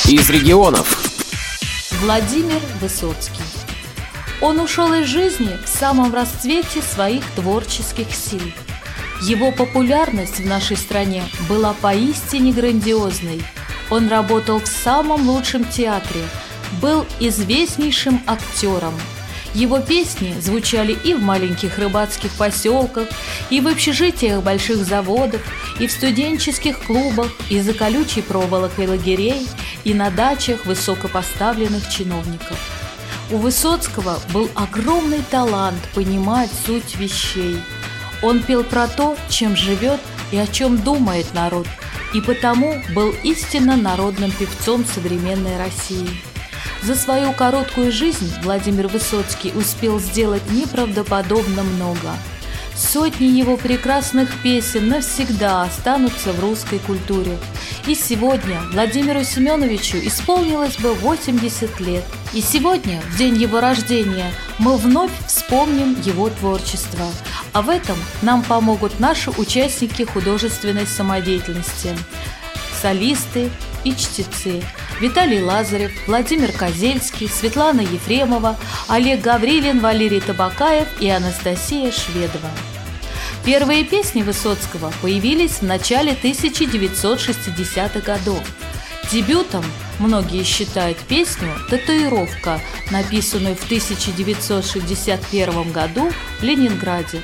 из регионов. Владимир Высоцкий. Он ушел из жизни в самом расцвете своих творческих сил. Его популярность в нашей стране была поистине грандиозной. Он работал в самом лучшем театре, был известнейшим актером. Его песни звучали и в маленьких рыбацких поселках, и в общежитиях больших заводов, и в студенческих клубах, и за колючей проволокой лагерей, и на дачах высокопоставленных чиновников. У Высоцкого был огромный талант понимать суть вещей. Он пел про то, чем живет и о чем думает народ, и потому был истинно народным певцом современной России. За свою короткую жизнь Владимир Высоцкий успел сделать неправдоподобно много. Сотни его прекрасных песен навсегда останутся в русской культуре. И сегодня Владимиру Семеновичу исполнилось бы 80 лет. И сегодня, в день его рождения, мы вновь вспомним его творчество. А в этом нам помогут наши участники художественной самодеятельности. Солисты и чтецы: Виталий Лазарев, Владимир Козельский, Светлана Ефремова, Олег Гаврилин, Валерий Табакаев и Анастасия Шведова. Первые песни Высоцкого появились в начале 1960-х годов. Дебютом многие считают песню «Татуировка», написанную в 1961 году в Ленинграде.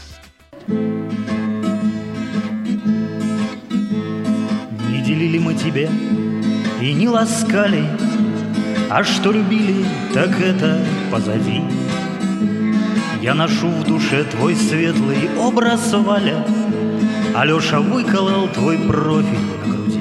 Не делили мы тебя и не ласкали, а что любили, так это позади. Я ношу в душе твой светлый образ, Валя, Алеша выколол твой профиль на груди.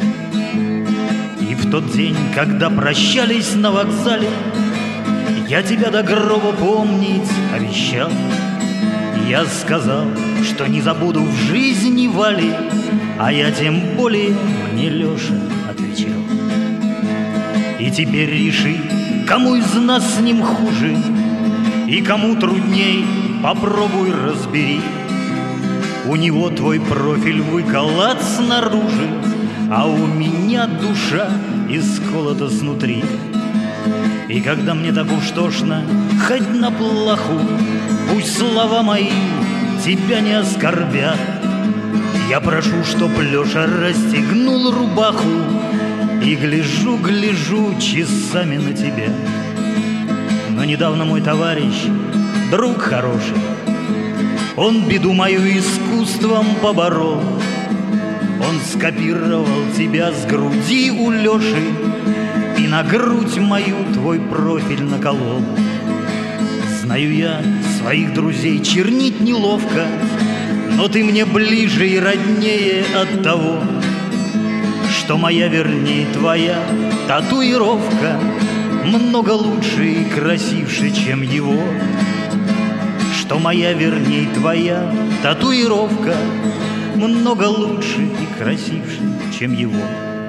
И в тот день, когда прощались на вокзале, я тебя до гроба помнить обещал. Я сказал, что не забуду в жизни Вали, а я тем более мне Леша отвечал. И теперь реши, кому из нас с ним хуже, и кому трудней, попробуй разбери. У него твой профиль выколот снаружи, а у меня душа исколота снутри. И когда мне так уж тошно, хоть на плаху, пусть слова мои тебя не оскорбят. Я прошу, чтоб Леша расстегнул рубаху, и гляжу, гляжу часами на тебя. Но недавно мой товарищ, друг хороший, он беду мою искусством поборол. Он скопировал тебя с груди у Леши и на грудь мою твой профиль наколол. Знаю я, своих друзей чернить неловко, но ты мне ближе и роднее от того, что моя, вернее, твоя татуировка много лучше и красивше, чем его. Что моя, вернее, твоя татуировка много лучше и красивше, чем его.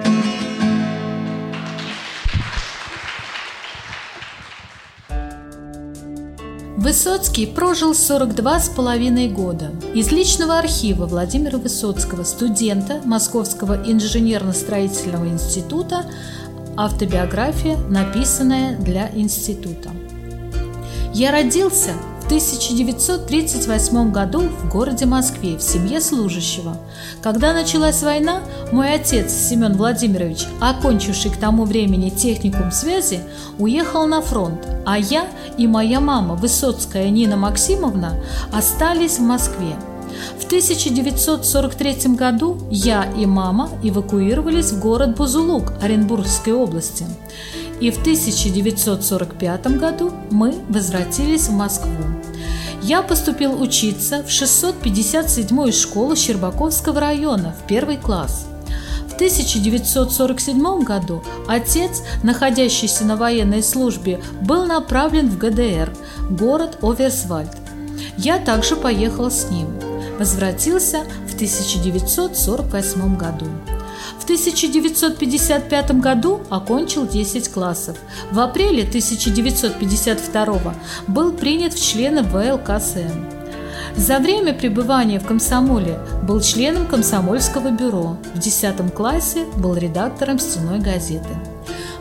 Высоцкий прожил 42,5 года. Из личного архива Владимира Высоцкого, студента Московского инженерно-строительного института, автобиография, написанная для института. Я родился в 1938 году в городе Москве в семье служащего. Когда началась война, мой отец Семен Владимирович, окончивший к тому времени техникум связи, уехал на фронт, а я и моя мама, Высоцкая Нина Максимовна, остались в Москве. В 1943 году я и мама эвакуировались в город Бузулук Оренбургской области. И в 1945 году мы возвратились в Москву. Я поступил учиться в 657-ю школу Щербаковского района в 1 класс. В 1947 году отец, находящийся на военной службе, был направлен в ГДР, город Оверсвальд. Я также поехал с ним. Возвратился в 1948 году. В 1955 году окончил 10 классов. В апреле 1952 был принят в члены ВЛКСМ. За время пребывания в комсомоле был членом комсомольского бюро. В 10 классе был редактором «Стенной газеты».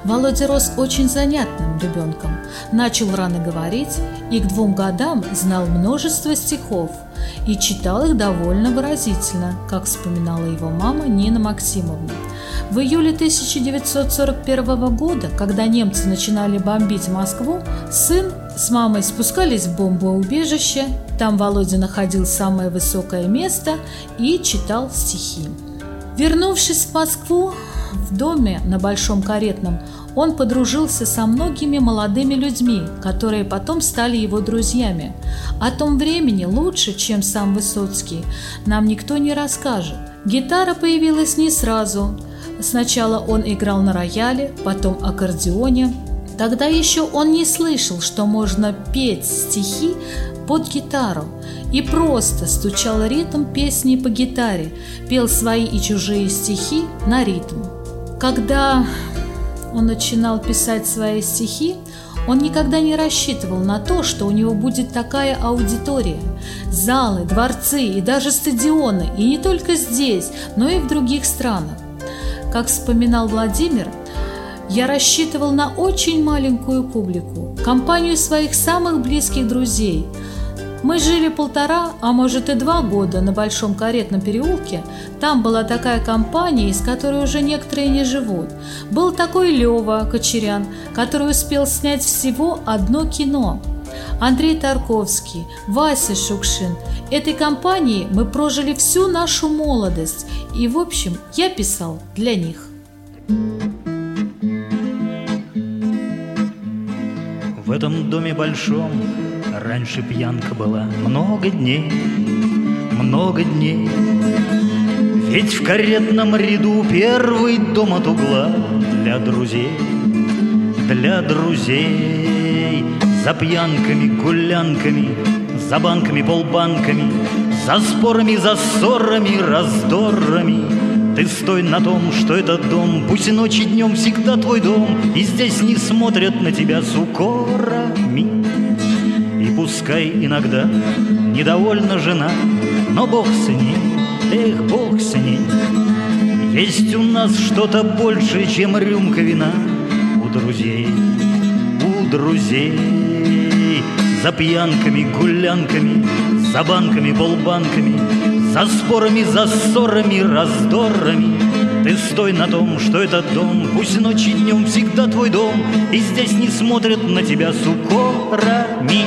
Володя рос очень занятным ребенком, начал рано говорить и к 2 годам знал множество стихов и читал их довольно выразительно, как вспоминала его мама Нина Максимовна. В июле 1941 года, когда немцы начинали бомбить Москву, сын с мамой спускались в бомбоубежище, там Володя находил самое высокое место и читал стихи. Вернувшись в Москву, в доме на Большом Каретном, он подружился со многими молодыми людьми, которые потом стали его друзьями. О том времени лучше, чем сам Высоцкий, нам никто не расскажет. Гитара появилась не сразу. Сначала он играл на рояле, потом аккордеоне. Тогда еще он не слышал, что можно петь стихи под гитару, и просто стучал ритм песни по гитаре, пел свои и чужие стихи на ритм. Когда он начинал писать свои стихи, он никогда не рассчитывал на то, что у него будет такая аудитория. Залы, дворцы и даже стадионы, и не только здесь, но и в других странах. Как вспоминал Владимир, я рассчитывал на очень маленькую публику, компанию своих самых близких друзей. Мы жили 1,5, а может и 2 года на Большом Каретном переулке. Там была такая компания, из которой уже некоторые не живут. Был такой Лева Кочерян, который успел снять всего 1 кино. Андрей Тарковский, Вася Шукшин. Этой компанией мы прожили всю нашу молодость. И, в общем, я писал для них. В этом доме большом раньше пьянка была много дней, много дней. Ведь в каретном ряду первый дом от угла для друзей, для друзей. За пьянками, гулянками, за банками, полбанками, за спорами, за ссорами, раздорами. Ты стой на том, что этот дом, пусть и ночью, и днем, всегда твой дом, и здесь не смотрят на тебя с укорами. И пускай иногда недовольна жена, но Бог с ней, эх, Бог с ней. Есть у нас что-то больше, чем рюмка вина у друзей, у друзей. За пьянками, гулянками, за банками, полбанками, за спорами, за ссорами, раздорами. Ты стой на том, что этот дом, пусть ночью и днем, всегда твой дом, и здесь не смотрят на тебя с укорами.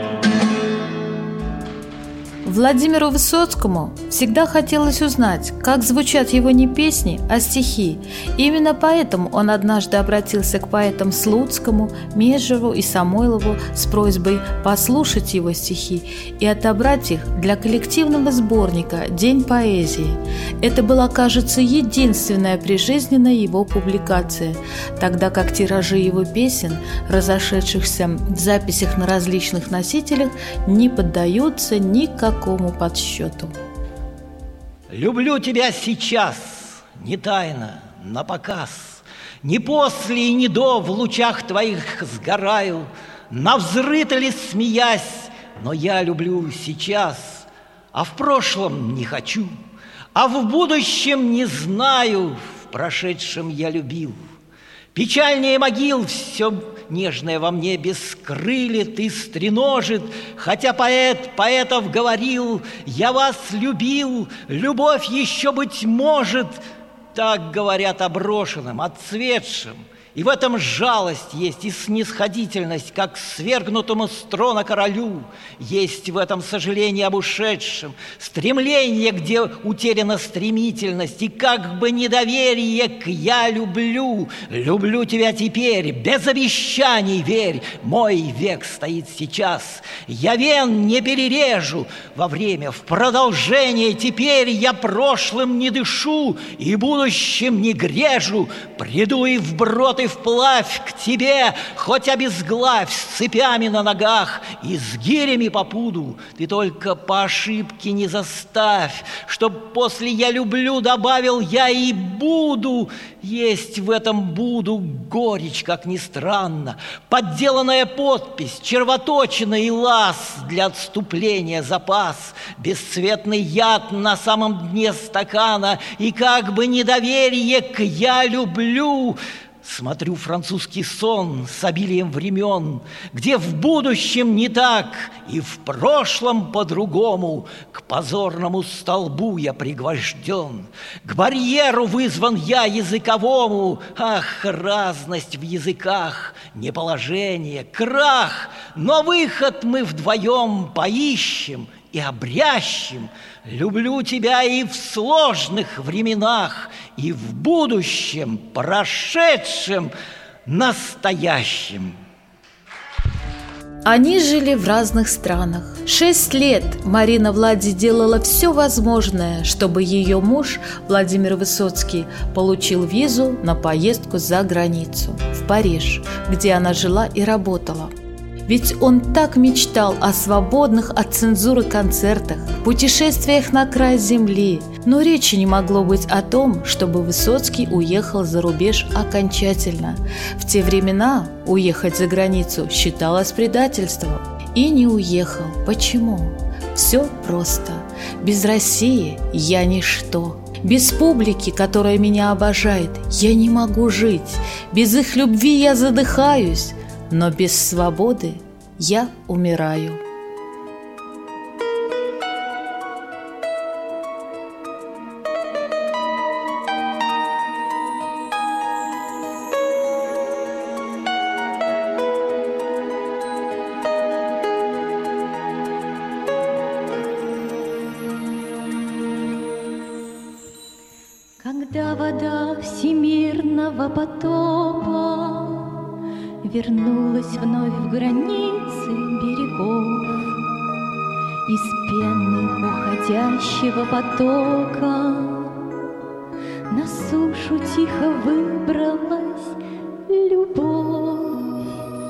Владимиру Высоцкому всегда хотелось узнать, как звучат его не песни, а стихи. И именно поэтому он однажды обратился к поэтам Слуцкому, Межеву и Самойлову с просьбой послушать его стихи и отобрать их для коллективного сборника «День поэзии». Это была, кажется, единственная прижизненная его публикация, тогда как тиражи его песен, разошедшихся в записях на различных носителях, не поддаются никакому подсчету. Люблю тебя сейчас, не тайно, напоказ, не после и не до в лучах твоих сгораю, навзрыд ли смеясь, но я люблю сейчас, а в прошлом не хочу, а в будущем не знаю, в прошедшем я любил. Печальнее могил все нежное во мне бескрылит и стреножит, хотя поэт поэтов говорил: «Я вас любил, любовь еще, быть может». Так говорят о брошенном, отцветшем. И в этом жалость есть и снисходительность, как свергнутому с трона королю. Есть в этом сожаление об ушедшем, стремление, где утеряна стремительность, и как бы недоверие к «я люблю». Люблю тебя теперь, без обещаний, верь, мой век стоит сейчас. Я вен не перережу во время, в продолжение. Теперь я прошлым не дышу и будущим не грежу. Приду и вброд, и вплавь к тебе, хоть обезглавь с цепями на ногах и с гирями по пуду. Ты только по ошибке не заставь, чтоб после «я люблю» добавил «я и буду». Есть в этом «буду» горечь, как ни странно, подделанная подпись, червоточина и лаз для отступления запас, бесцветный яд на самом дне стакана, и как бы недоверие к «я люблю». Смотрю французский сон с обилием времен, где в будущем не так и в прошлом по-другому. К позорному столбу я пригвожден, к барьеру вызван я языковому. Ах, разность в языках, неположение, крах, но выход мы вдвоем поищем и обрящем. Люблю тебя и в сложных временах, и в будущем, прошедшем, настоящем. Они жили в разных странах. 6 лет Марина Влади делала все возможное, чтобы ее муж Владимир Высоцкий получил визу на поездку за границу, в Париж, где она жила и работала. Ведь он так мечтал о свободных от цензуры концертах, путешествиях на край земли, но речи не могло быть о том, чтобы Высоцкий уехал за рубеж окончательно. В те времена уехать за границу считалось предательством. И не уехал. Почему? Все просто. Без России я ничто. Без публики, которая меня обожает, я не могу жить. Без их любви я задыхаюсь. Но без свободы я умираю. Когда вода всемирного потопа вернулась вновь в границы берегов, из пены уходящего потока на сушу тихо выбралась любовь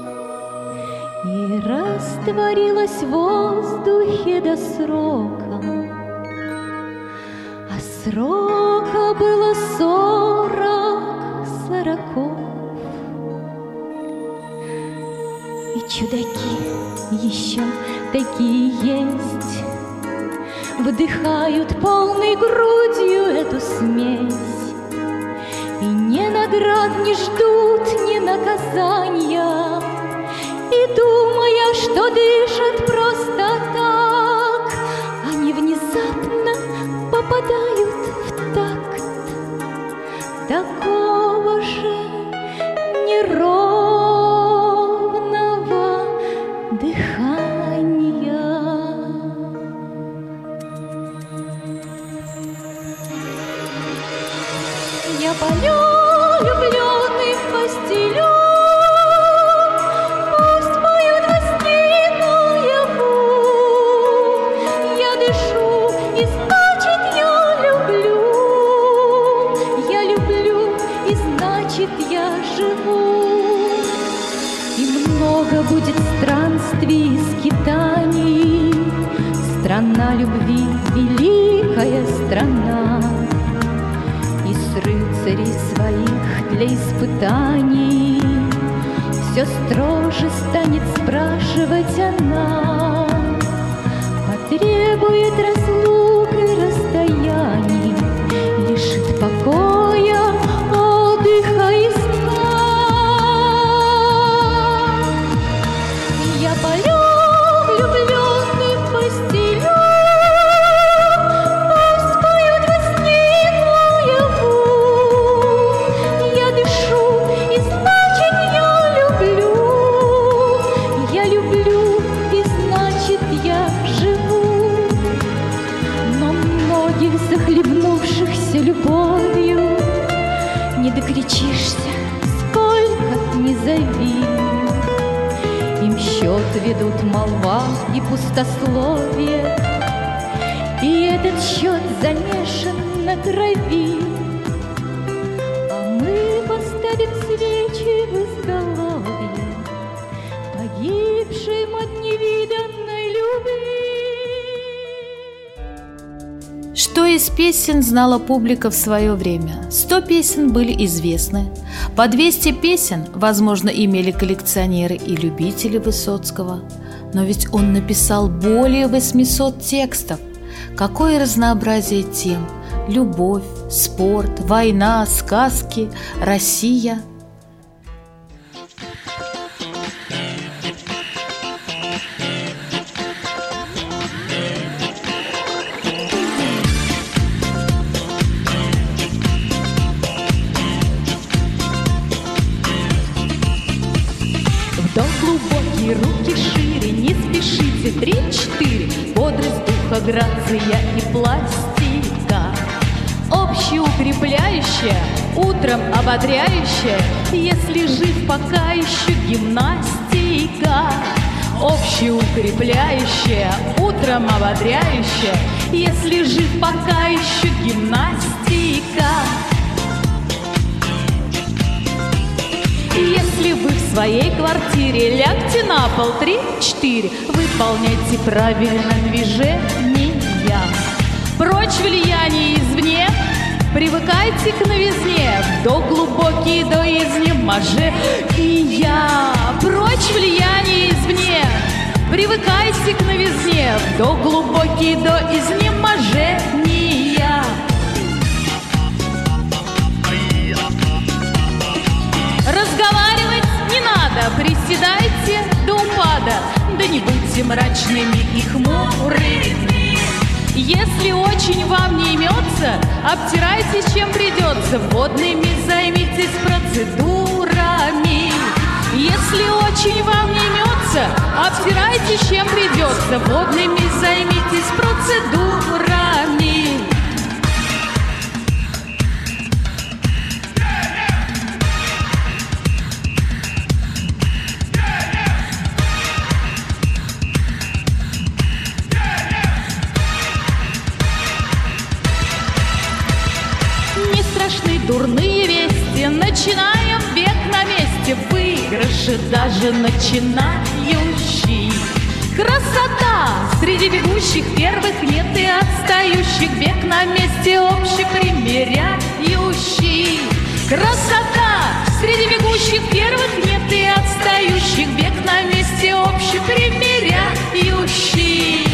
и растворилась в воздухе до срока, а срока было 40 сороков. И чудаки еще такие есть, вдыхают полной грудью эту смесь, и ни наград не ждут, ни наказания, и думая, что дышат просто так, они внезапно попадают в такт такого же неровного дыхания. Я полю влюбленных постелю, пусть поют во сне наяву. Я дышу, и значит я люблю, и значит я живу. И много будет странствий и скитаний, страна любви, великая страна. И с рыцарей своих для испытаний все строже станет спрашивать она, потребует разлук и расстояний, лишит покоя, отдыха и сна. Я полю влюбленных постелю, пусть поют во сне наяву. Я дышу, и значит я люблю, и значит я живу. Но многих захлебнувшихся любовью не докричишься, сколько ни зови. Им счет ведут молва и пустословие, и этот счет замешан на крови. А мы поставим свечи в изголовье погибшим от невиданной любви. Что из песен знала публика в свое время? 100 песен были известны. По 200 песен, возможно, имели коллекционеры и любители Высоцкого. Но ведь он написал более 800 текстов. Какое разнообразие тем! Любовь, спорт, война, сказки, Россия. грация и пластика. Общеукрепляющая, утром ободряющая, если жив пока еще гимнастика. Общеукрепляющая, утром ободряющая, если жив пока еще гимнастика. Если вы в своей квартире, лягте на пол 3-4, выполняйте правильно движения. Прочь влияние извне, привыкайте к новизне, вдох глубокий до изнеможения. Прочь влияние извне, привыкайте к новизне, вдох глубокий до изнеможения. Разговаривать не надо, приседайте до упада, да не будьте мрачными и хмурыми. Если очень вам не имется, обтирайтесь чем придется, водными займитесь процедурами. Если очень вам не имется, обтирайтесь чем придется, водными займитесь процедурами. Дурные вести, начинаем бег на месте, выигрыши даже начинающий. Красота! Среди бегущих первых нет и отстающих, бег на месте общепримиряющий. Красота! Среди бегущих первых нет и отстающих, бег на месте общепримиряющий.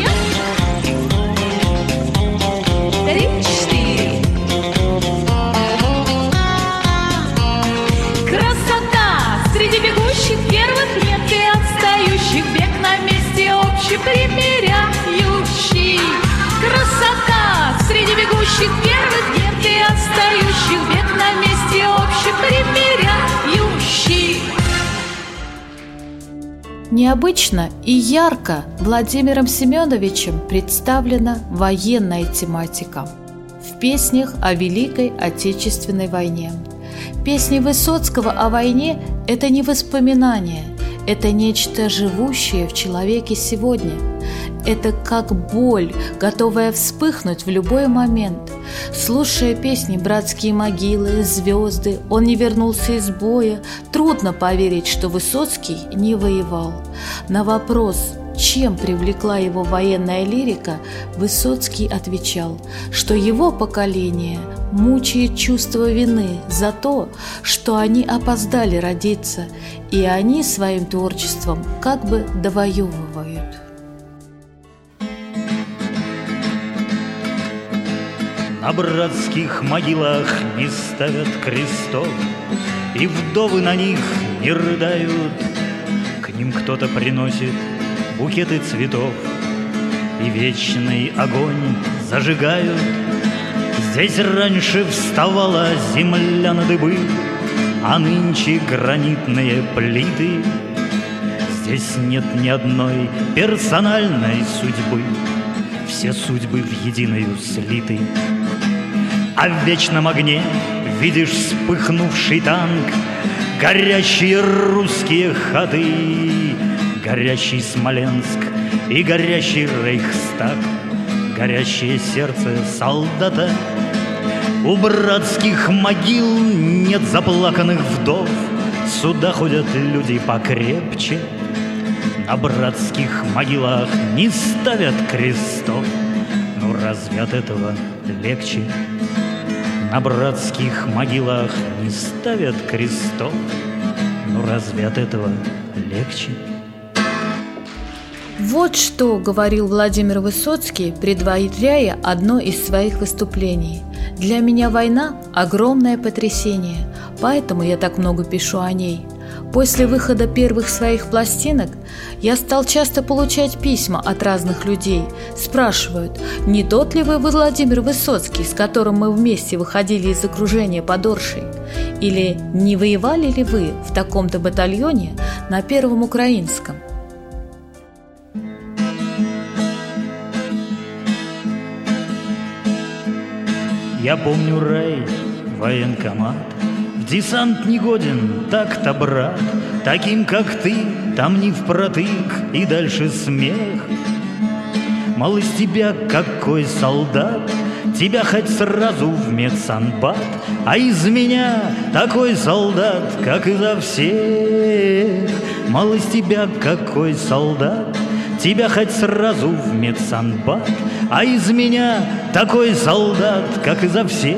3-4. Среди бегущих первых нет и отстающих, бег на месте общепримиряющий. Красота! Среди бегущих первых нет и отстающих, бег на месте общепримиряющий. Необычно и ярко Владимиром Семеновичем представлена военная тематика в песнях о Великой Отечественной войне. Песни Высоцкого о войне – это не воспоминания, это нечто живущее в человеке сегодня. Это как боль, готовая вспыхнуть в любой момент. Слушая песни «Братские могилы», «Звезды», «Он не вернулся из боя», трудно поверить, что Высоцкий не воевал. На вопрос, чем привлекла его военная лирика, Высоцкий отвечал, что его поколение мучает чувство вины за то, что они опоздали родиться, и они своим творчеством как бы довоевывают. На братских могилах не ставят крестов, и вдовы на них не рыдают. К ним кто-то приносит букеты цветов, и вечный огонь зажигают. Здесь раньше вставала земля на дыбы, а нынче гранитные плиты. Здесь нет ни одной персональной судьбы, все судьбы в единую слиты. А в вечном огне видишь вспыхнувший танк, горящие русские ходы, горящий Смоленск и горящий Рейхстаг, горящее сердце солдата. У братских могил нет заплаканных вдов, сюда ходят люди покрепче. На братских могилах не ставят крестов, ну разве от этого легче? На братских могилах не ставят крестов, ну разве от этого легче? Вот что говорил Владимир Высоцкий, предваряя одно из своих выступлений. «Для меня война – огромное потрясение, поэтому я так много пишу о ней. После выхода первых своих пластинок я стал часто получать письма от разных людей. Спрашивают, не тот ли вы Владимир Высоцкий, с которым мы вместе выходили из окружения под Оршей? Или не воевали ли вы в таком-то батальоне на Первом Украинском?» Я помню рай, военкомат, в десант не годен, так-то, брат. Таким, как ты, там не впротык, и дальше смех. Мол, из тебя какой солдат, тебя хоть сразу в медсанбат, а из меня такой солдат, как изо всех. Мол, из тебя какой солдат, тебя хоть сразу в медсанбат, а из меня такой солдат, как изо всех.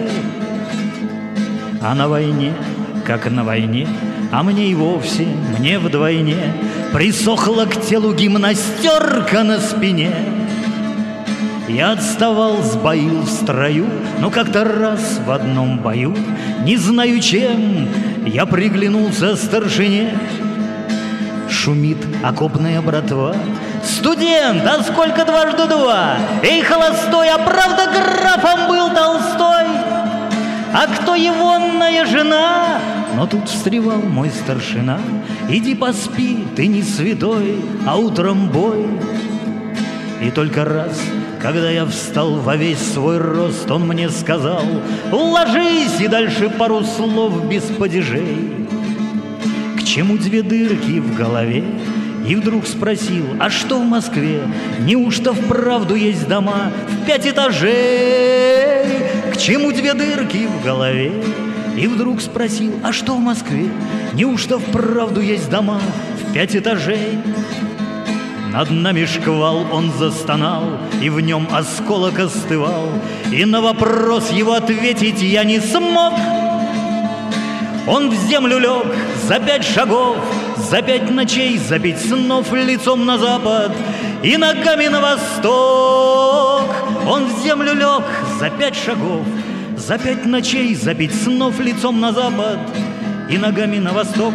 А на войне, как на войне, а мне и вовсе, мне вдвойне присохла к телу гимнастерка на спине. Я отставал, сбоил в строю, но как-то раз в одном бою, не знаю чем, я приглянулся старшине. Шумит окопная братва. Студент, а сколько дважды два? Эй, холостой, а правда графом был Толстой? А кто егонная жена? Но тут встревал мой старшина. Иди поспи, ты не святой, а утром бой. И только раз, когда я встал во весь свой рост, он мне сказал: ложись, и дальше пару слов без падежей. К чему две дырки в голове? И вдруг спросил: а что в Москве? Неужто вправду есть дома в 5 этажей? К чему две дырки в голове? И вдруг спросил: а что в Москве? Неужто вправду есть дома в 5 этажей? Над нами шквал, он застонал, и в нем осколок остывал, и на вопрос его ответить я не смог. Он в землю лег за 5 шагов, за 5 ночей, за 5 снов, лицом на запад и ногами на восток. Он в землю лег за 5 шагов, за 5 ночей, за 5 снов, лицом на запад и ногами на восток.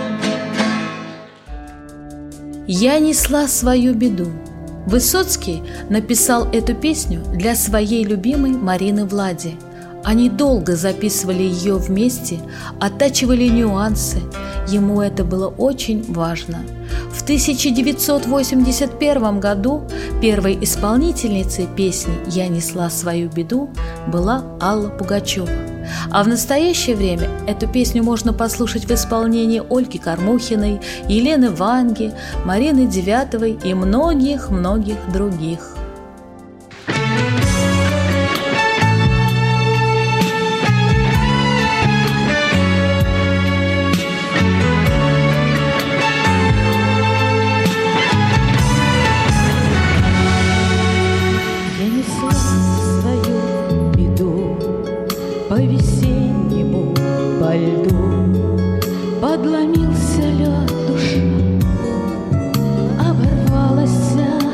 «Я несла свою беду». Высоцкий написал эту песню для своей любимой Марины Влади. Они долго записывали ее вместе, оттачивали нюансы. Ему это было очень важно. В 1981 году первой исполнительницей песни «Я несла свою беду» была Алла Пугачева. А в настоящее время эту песню можно послушать в исполнении Ольги Кормухиной, Елены Ванги, Марины Девятовой и многих-многих других. По-весеннему по льду подломился лед, душа оборвалась,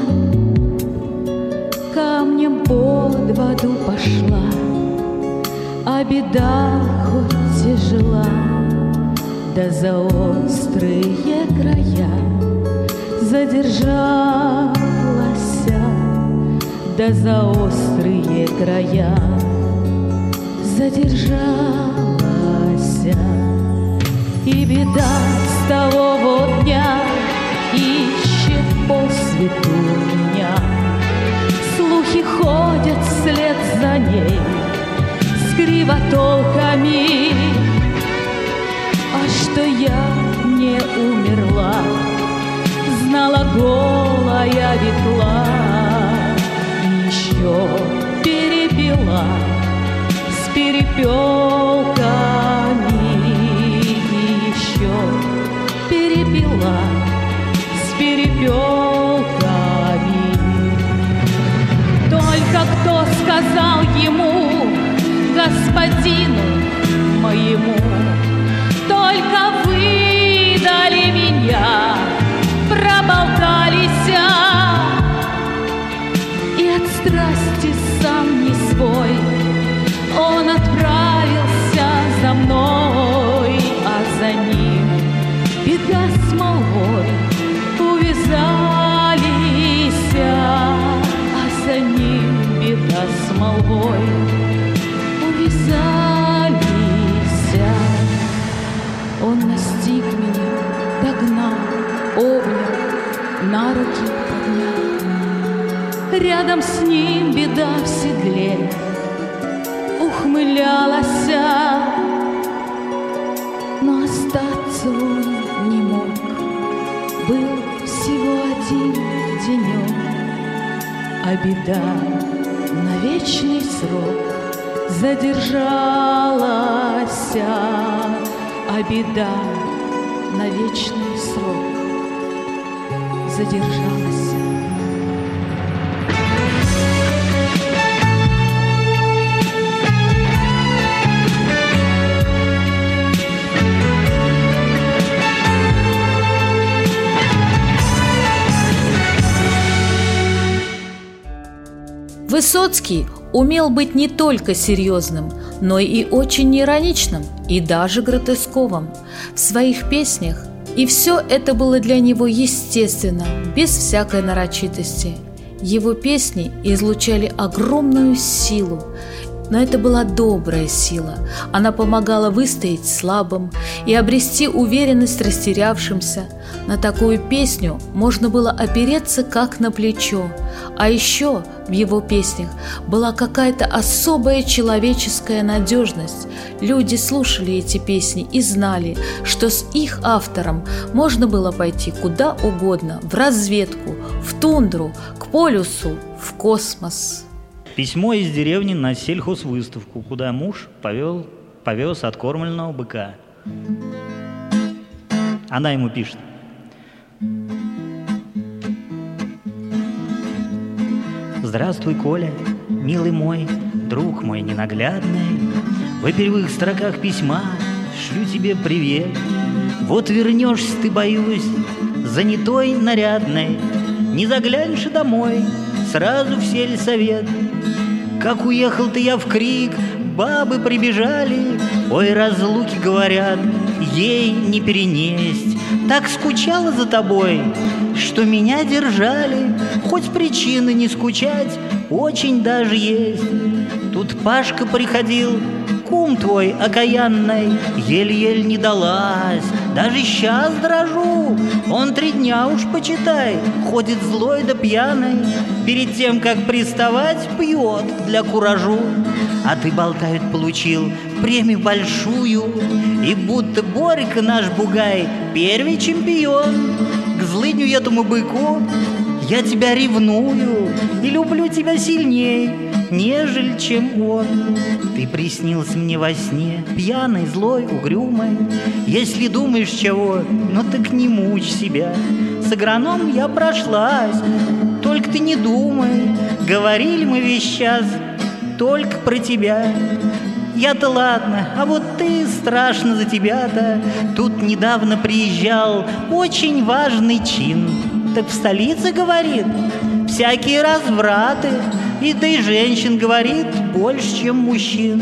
камнем под воду пошла, а беда хоть тяжела, да за острые края задержалась, да за острые края задержалась. И беда с того вот дня ищет по свету меня. Слухи ходят вслед за ней с кривотолками, а что я не умерла, знала голая ветла, и еще перепела перепелками, еще перепела с перепелками. Только кто сказал ему, господину моему, только выдали меня, проболтались, и от страсти сам не свой он отправился за мной, а за ним беда с молвой увязались, а за ним беда с молвой увязались. Он настиг меня, догнал, обнял, на руки поднял. Рядом с ним беда в седле ухмылялась, но остаться он не мог. Был всего один денек, а беда на вечный срок задержалась, а беда на вечный срок задержалась. Высоцкий умел быть не только серьезным, но и очень ироничным, и даже гротесковым в своих песнях, и все это было для него естественно, без всякой нарочитости. Его песни излучали огромную силу, но это была добрая сила. Она помогала выстоять слабым и обрести уверенность растерявшимся. На такую песню можно было опереться как на плечо. А еще в его песнях была какая-то особая человеческая надежность. Люди слушали эти песни и знали, что с их автором можно было пойти куда угодно, в разведку, в тундру, к полюсу, в космос. Письмо из деревни на сельхозвыставку, куда муж повез откормленного быка. Она ему пишет: «Здравствуй, Коля, милый мой, друг мой ненаглядный. В первых строках письма шлю тебе привет. Вот вернешься ты, боюсь, занятой нарядной. Не заглянешь домой, сразу в сельсовет. Как уехал-то я в крик, бабы прибежали. Ой, разлуки, говорят, ей не перенесть. Так скучала за тобой, что меня держали. Хоть причины не скучать очень даже есть. Тут Пашка приходил, кум твой окаянный, еле-еле не далась. Даже сейчас дрожу, он 3 дня уж, почитай, ходит злой да пьяный. Перед тем, как приставать, пьет для куражу. А ты, болтают, получил премию большую, и будто Борька наш бугай первый чемпион. К злыдню этому быку я тебя ревную и люблю тебя сильней, нежели чем он. Ты приснился мне во сне, пьяный, злой, угрюмый. Если думаешь чего, ну так не мучь себя. С агрономом я прошлась, только ты не думай. Говорили мы весь час только про тебя. Я-то ладно, а вот ты, страшно за тебя-то. Тут недавно приезжал очень важный чин. Так в столице, говорит, всякие развраты. И да и женщин, говорит, больше, чем мужчин.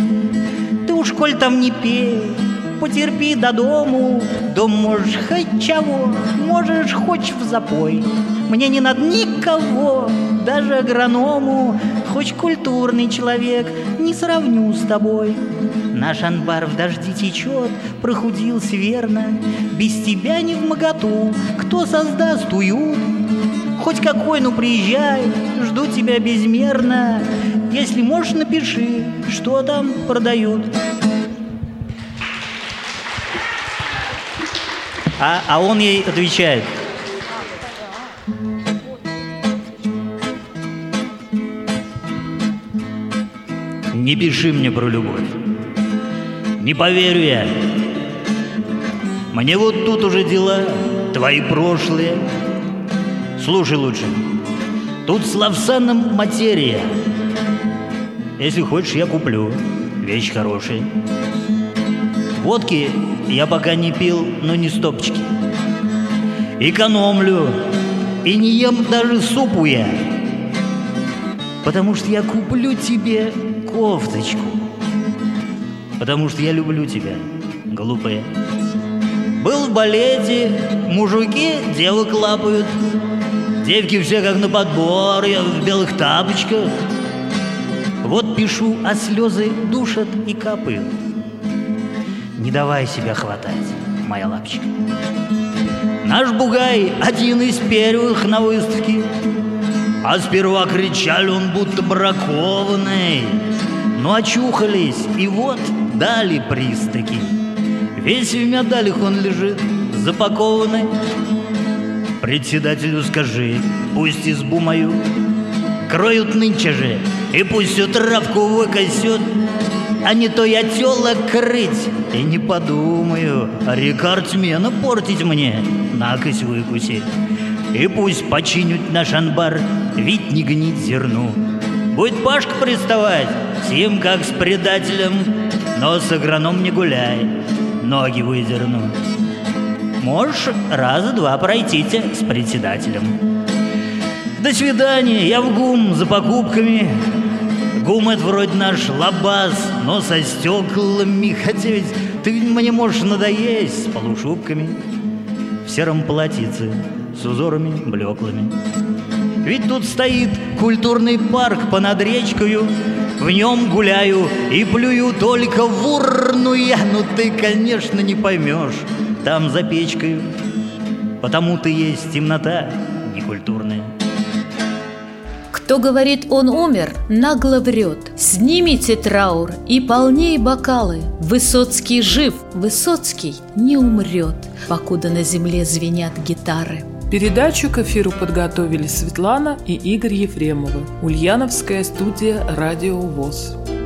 Ты уж, коль там не пей, потерпи до дому. Дом можешь хоть чего, можешь хоть в запой. Мне не надо никого, даже агроному. Хоть культурный человек, не сравню с тобой. Наш анбар в дожди течет, прохудился верно. Без тебя не вмоготу, кто создаст уют? Хоть какой, ну приезжай, жду тебя безмерно. Если можешь, напиши, что там продают. А он ей отвечает: не пиши мне про любовь, не поверю я. Мне вот тут уже дела твои прошлые. Слушай лучше, тут с Лавсаном материя. Если хочешь, я куплю, вещь хорошая. Водки я пока не пил, но не стопочки. Экономлю и не ем даже супу я, потому что я куплю тебе кофточку, потому что я люблю тебя, глупая. Был в балете, мужики девок лапают, девки все как на подбор, я в белых тапочках. Вот пишу, а слезы душат и капают. Не давай себя хватать, моя лапочка. Наш бугай один из первых на выставке, а сперва кричали, он будто бракованный. но очухались, и вот дали приз-таки. Весь в медалях он лежит, запакованный. Председателю скажи, пусть избу мою кроют нынче же, и пусть всю травку выкосет, а не то я тёлок крыть и не подумаю рекордсмена портить мне, накось выкусить. И пусть починят наш анбар, ведь не гнить зерну. Будет Пашка приставать, с ним как с предателем, но с агроном не гуляй, ноги выдерну. Можешь раза-два пройтите с председателем. До свидания, я в ГУМ за покупками. ГУМ — это вроде наш лабаз, но со стеклами. Хотя ведь ты мне можешь надоесть с полушубками, в сером платьице с узорами блеклыми. Ведь тут стоит культурный парк понад речкою, в нем гуляю и плюю только в урну я. Ну ты, конечно, не поймешь там за печкою, потому-то есть темнота некультурная. Кто говорит, он умер, нагло врет. Снимите траур и полней бокалы. Высоцкий жив, Высоцкий не умрет, покуда на земле звенят гитары. Передачу к эфиру подготовили Светлана и Игорь Ефремовы. Ульяновская студия «Радио ВОС».